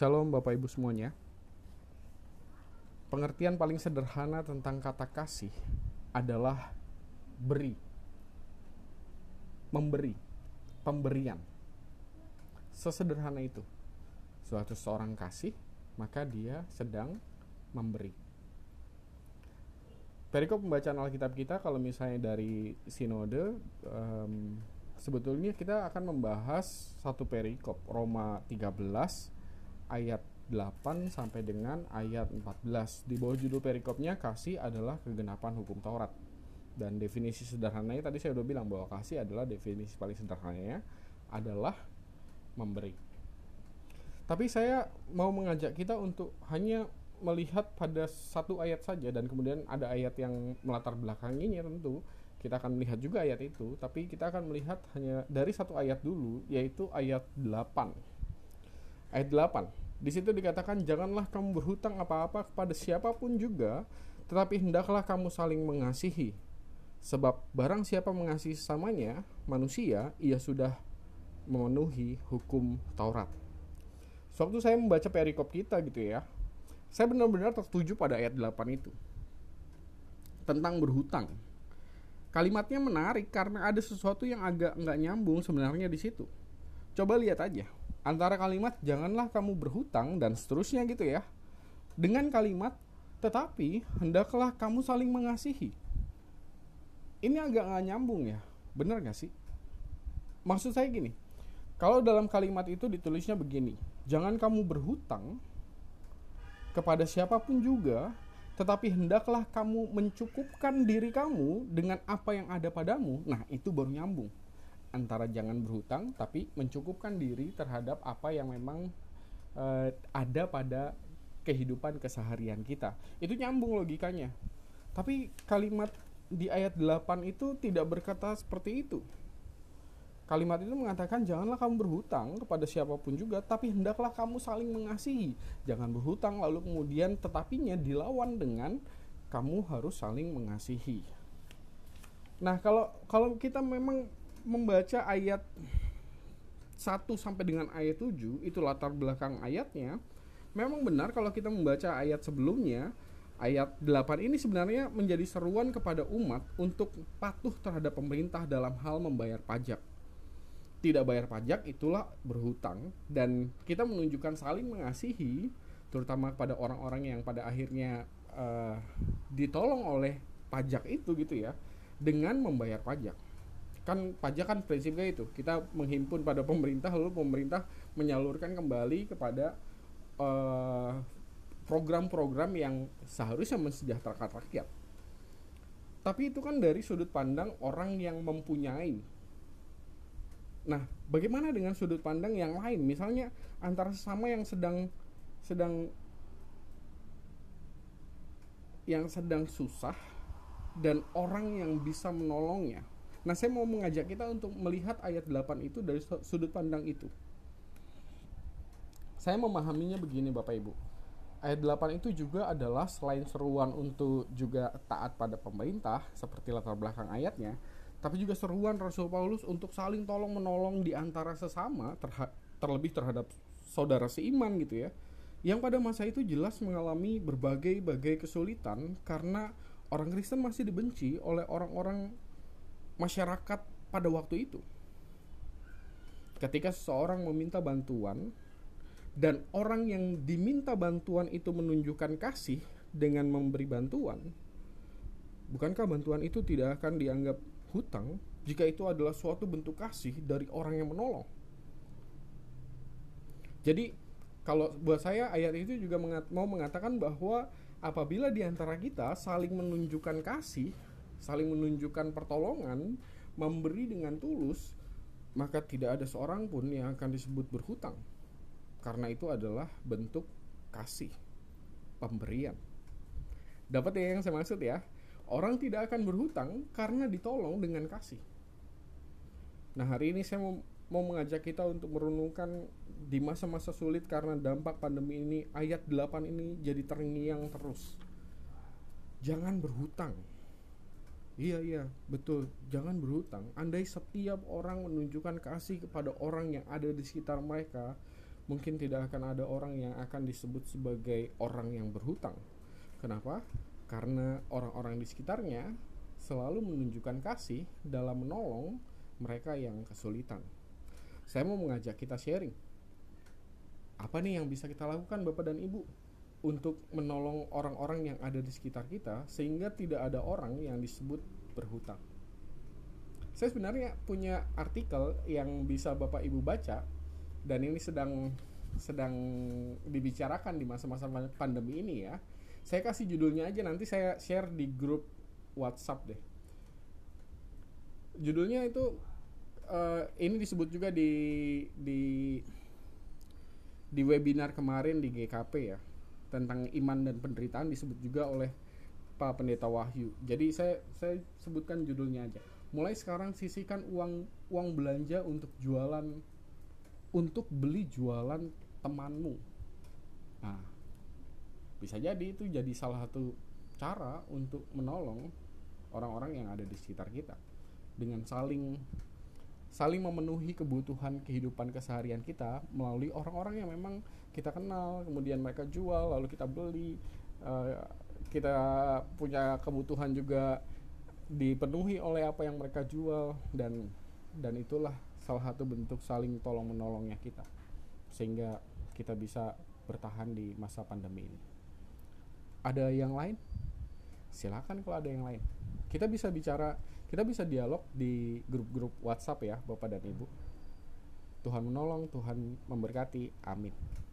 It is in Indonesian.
Shalom Bapak Ibu semuanya. Pengertian paling sederhana tentang kata kasih adalah beri, memberi, pemberian. Sesederhana itu. Suatu seorang kasih, maka dia sedang memberi. Perikop pembacaan Alkitab kita kalau misalnya dari sinode, sebetulnya kita akan membahas satu perikop Roma 13 ayat 8 sampai dengan ayat 14. Di bawah judul perikopnya kasih adalah kegenapan hukum Taurat. Dan definisi sederhananya tadi saya udah bilang bahwa kasih adalah definisi paling sederhananya adalah memberi. Tapi saya mau mengajak kita untuk hanya melihat pada satu ayat saja, dan kemudian ada ayat yang melatar belakanginya. Tentu kita akan melihat juga ayat itu, tapi kita akan melihat hanya dari satu ayat dulu, yaitu ayat 8. Ayat 8. Di situ dikatakan, janganlah kamu berhutang apa-apa kepada siapapun juga, tetapi hendaklah kamu saling mengasihi. Sebab barang siapa mengasihi sesamanya, manusia, ia sudah memenuhi hukum Taurat. Sewaktu saya membaca perikop kita gitu ya, saya benar-benar tertuju pada ayat 8 itu. Tentang berhutang. Kalimatnya menarik karena ada sesuatu yang agak nggak nyambung sebenarnya di situ. Coba lihat aja. Antara kalimat janganlah kamu berhutang dan seterusnya gitu ya, dengan kalimat tetapi hendaklah kamu saling mengasihi. Ini agak gak nyambung ya, bener gak sih? Maksud saya gini, kalau dalam kalimat itu ditulisnya begini, jangan kamu berhutang kepada siapapun juga, tetapi hendaklah kamu mencukupkan diri kamu dengan apa yang ada padamu. Nah, itu baru nyambung. Antara jangan berhutang tapi mencukupkan diri terhadap apa yang memang ada pada kehidupan keseharian kita. Itu nyambung logikanya. Tapi kalimat di ayat 8 itu tidak berkata seperti itu. Kalimat itu mengatakan janganlah kamu berhutang kepada siapapun juga, tapi hendaklah kamu saling mengasihi. Jangan berhutang lalu kemudian tetapinya dilawan dengan kamu harus saling mengasihi. Nah, kalau kita memang membaca ayat 1 sampai dengan ayat 7, itu latar belakang ayatnya, memang benar kalau kita membaca ayat sebelumnya, ayat 8 ini sebenarnya menjadi seruan kepada umat untuk patuh terhadap pemerintah dalam hal membayar pajak. Tidak bayar pajak itulah berhutang, dan kita menunjukkan saling mengasihi, terutama kepada orang-orang yang pada akhirnya ditolong oleh pajak itu gitu ya, dengan membayar pajak. Kan pajak kan prinsipnya itu, kita menghimpun pada pemerintah, lalu pemerintah menyalurkan kembali kepada program-program yang seharusnya mensejahterakan rakyat. Tapi itu kan dari sudut pandang orang yang mempunyai. Nah, bagaimana dengan sudut pandang yang lain? Misalnya antara sesama yang sedang susah dan orang yang bisa menolongnya. Nah, saya mau mengajak kita untuk melihat ayat 8 itu dari sudut pandang itu. Saya memahaminya begini Bapak Ibu. Ayat 8 itu juga adalah selain seruan untuk juga taat pada pemerintah seperti latar belakang ayatnya, tapi juga seruan Rasul Paulus untuk saling tolong menolong di antara sesama, terlebih terhadap saudara seiman gitu ya, yang pada masa itu jelas mengalami berbagai kesulitan karena orang Kristen masih dibenci oleh orang-orang masyarakat pada waktu itu. Ketika seseorang meminta bantuan dan orang yang diminta bantuan itu menunjukkan kasih dengan memberi bantuan, bukankah bantuan itu tidak akan dianggap hutang jika itu adalah suatu bentuk kasih dari orang yang menolong? Jadi kalau buat saya ayat itu juga mau mengatakan bahwa apabila di antara kita saling menunjukkan kasih, saling menunjukkan pertolongan, memberi dengan tulus, maka tidak ada seorang pun yang akan disebut berhutang, karena itu adalah bentuk kasih, pemberian. Dapat ya yang saya maksud ya? Orang tidak akan berhutang karena ditolong dengan kasih. Nah, hari ini saya mau mengajak kita untuk merenungkan di masa-masa sulit karena dampak pandemi ini, ayat 8 ini jadi terngiang terus. Jangan berhutang. Iya, betul. Jangan berhutang. Andai setiap orang menunjukkan kasih kepada orang yang ada di sekitar mereka, Mungkin tidak akan ada orang yang akan disebut sebagai orang yang berhutang. Kenapa? Karena orang-orang di sekitarnya selalu menunjukkan kasih dalam menolong mereka yang kesulitan. Saya mau mengajak kita sharing. Apa nih yang bisa kita lakukan Bapak dan Ibu untuk menolong orang-orang yang ada di sekitar kita sehingga tidak ada orang yang disebut berhutang? Saya sebenarnya punya artikel yang bisa Bapak Ibu baca, dan ini sedang dibicarakan di masa-masa pandemi ini ya. Saya kasih judulnya aja, nanti saya share di grup WhatsApp deh. Judulnya itu ini disebut juga di webinar kemarin di GKP ya, tentang iman dan penderitaan, disebut juga oleh Pak Pendeta Wahyu. Jadi saya sebutkan judulnya aja. Mulai sekarang sisihkan uang belanja untuk beli jualan temanmu. Nah, bisa jadi itu jadi salah satu cara untuk menolong orang-orang yang ada di sekitar kita, dengan saling memenuhi kebutuhan kehidupan keseharian kita melalui orang-orang yang memang kita kenal, kemudian mereka jual lalu kita beli. Kita punya kebutuhan juga dipenuhi oleh apa yang mereka jual, dan itulah salah satu bentuk saling tolong menolongnya kita, sehingga kita bisa bertahan di masa pandemi ini. Ada yang lain? Silakan kalau ada yang lain. Kita bisa bicara, kita bisa dialog di grup-grup WhatsApp ya Bapak dan Ibu. Tuhan menolong, Tuhan memberkati. Amin.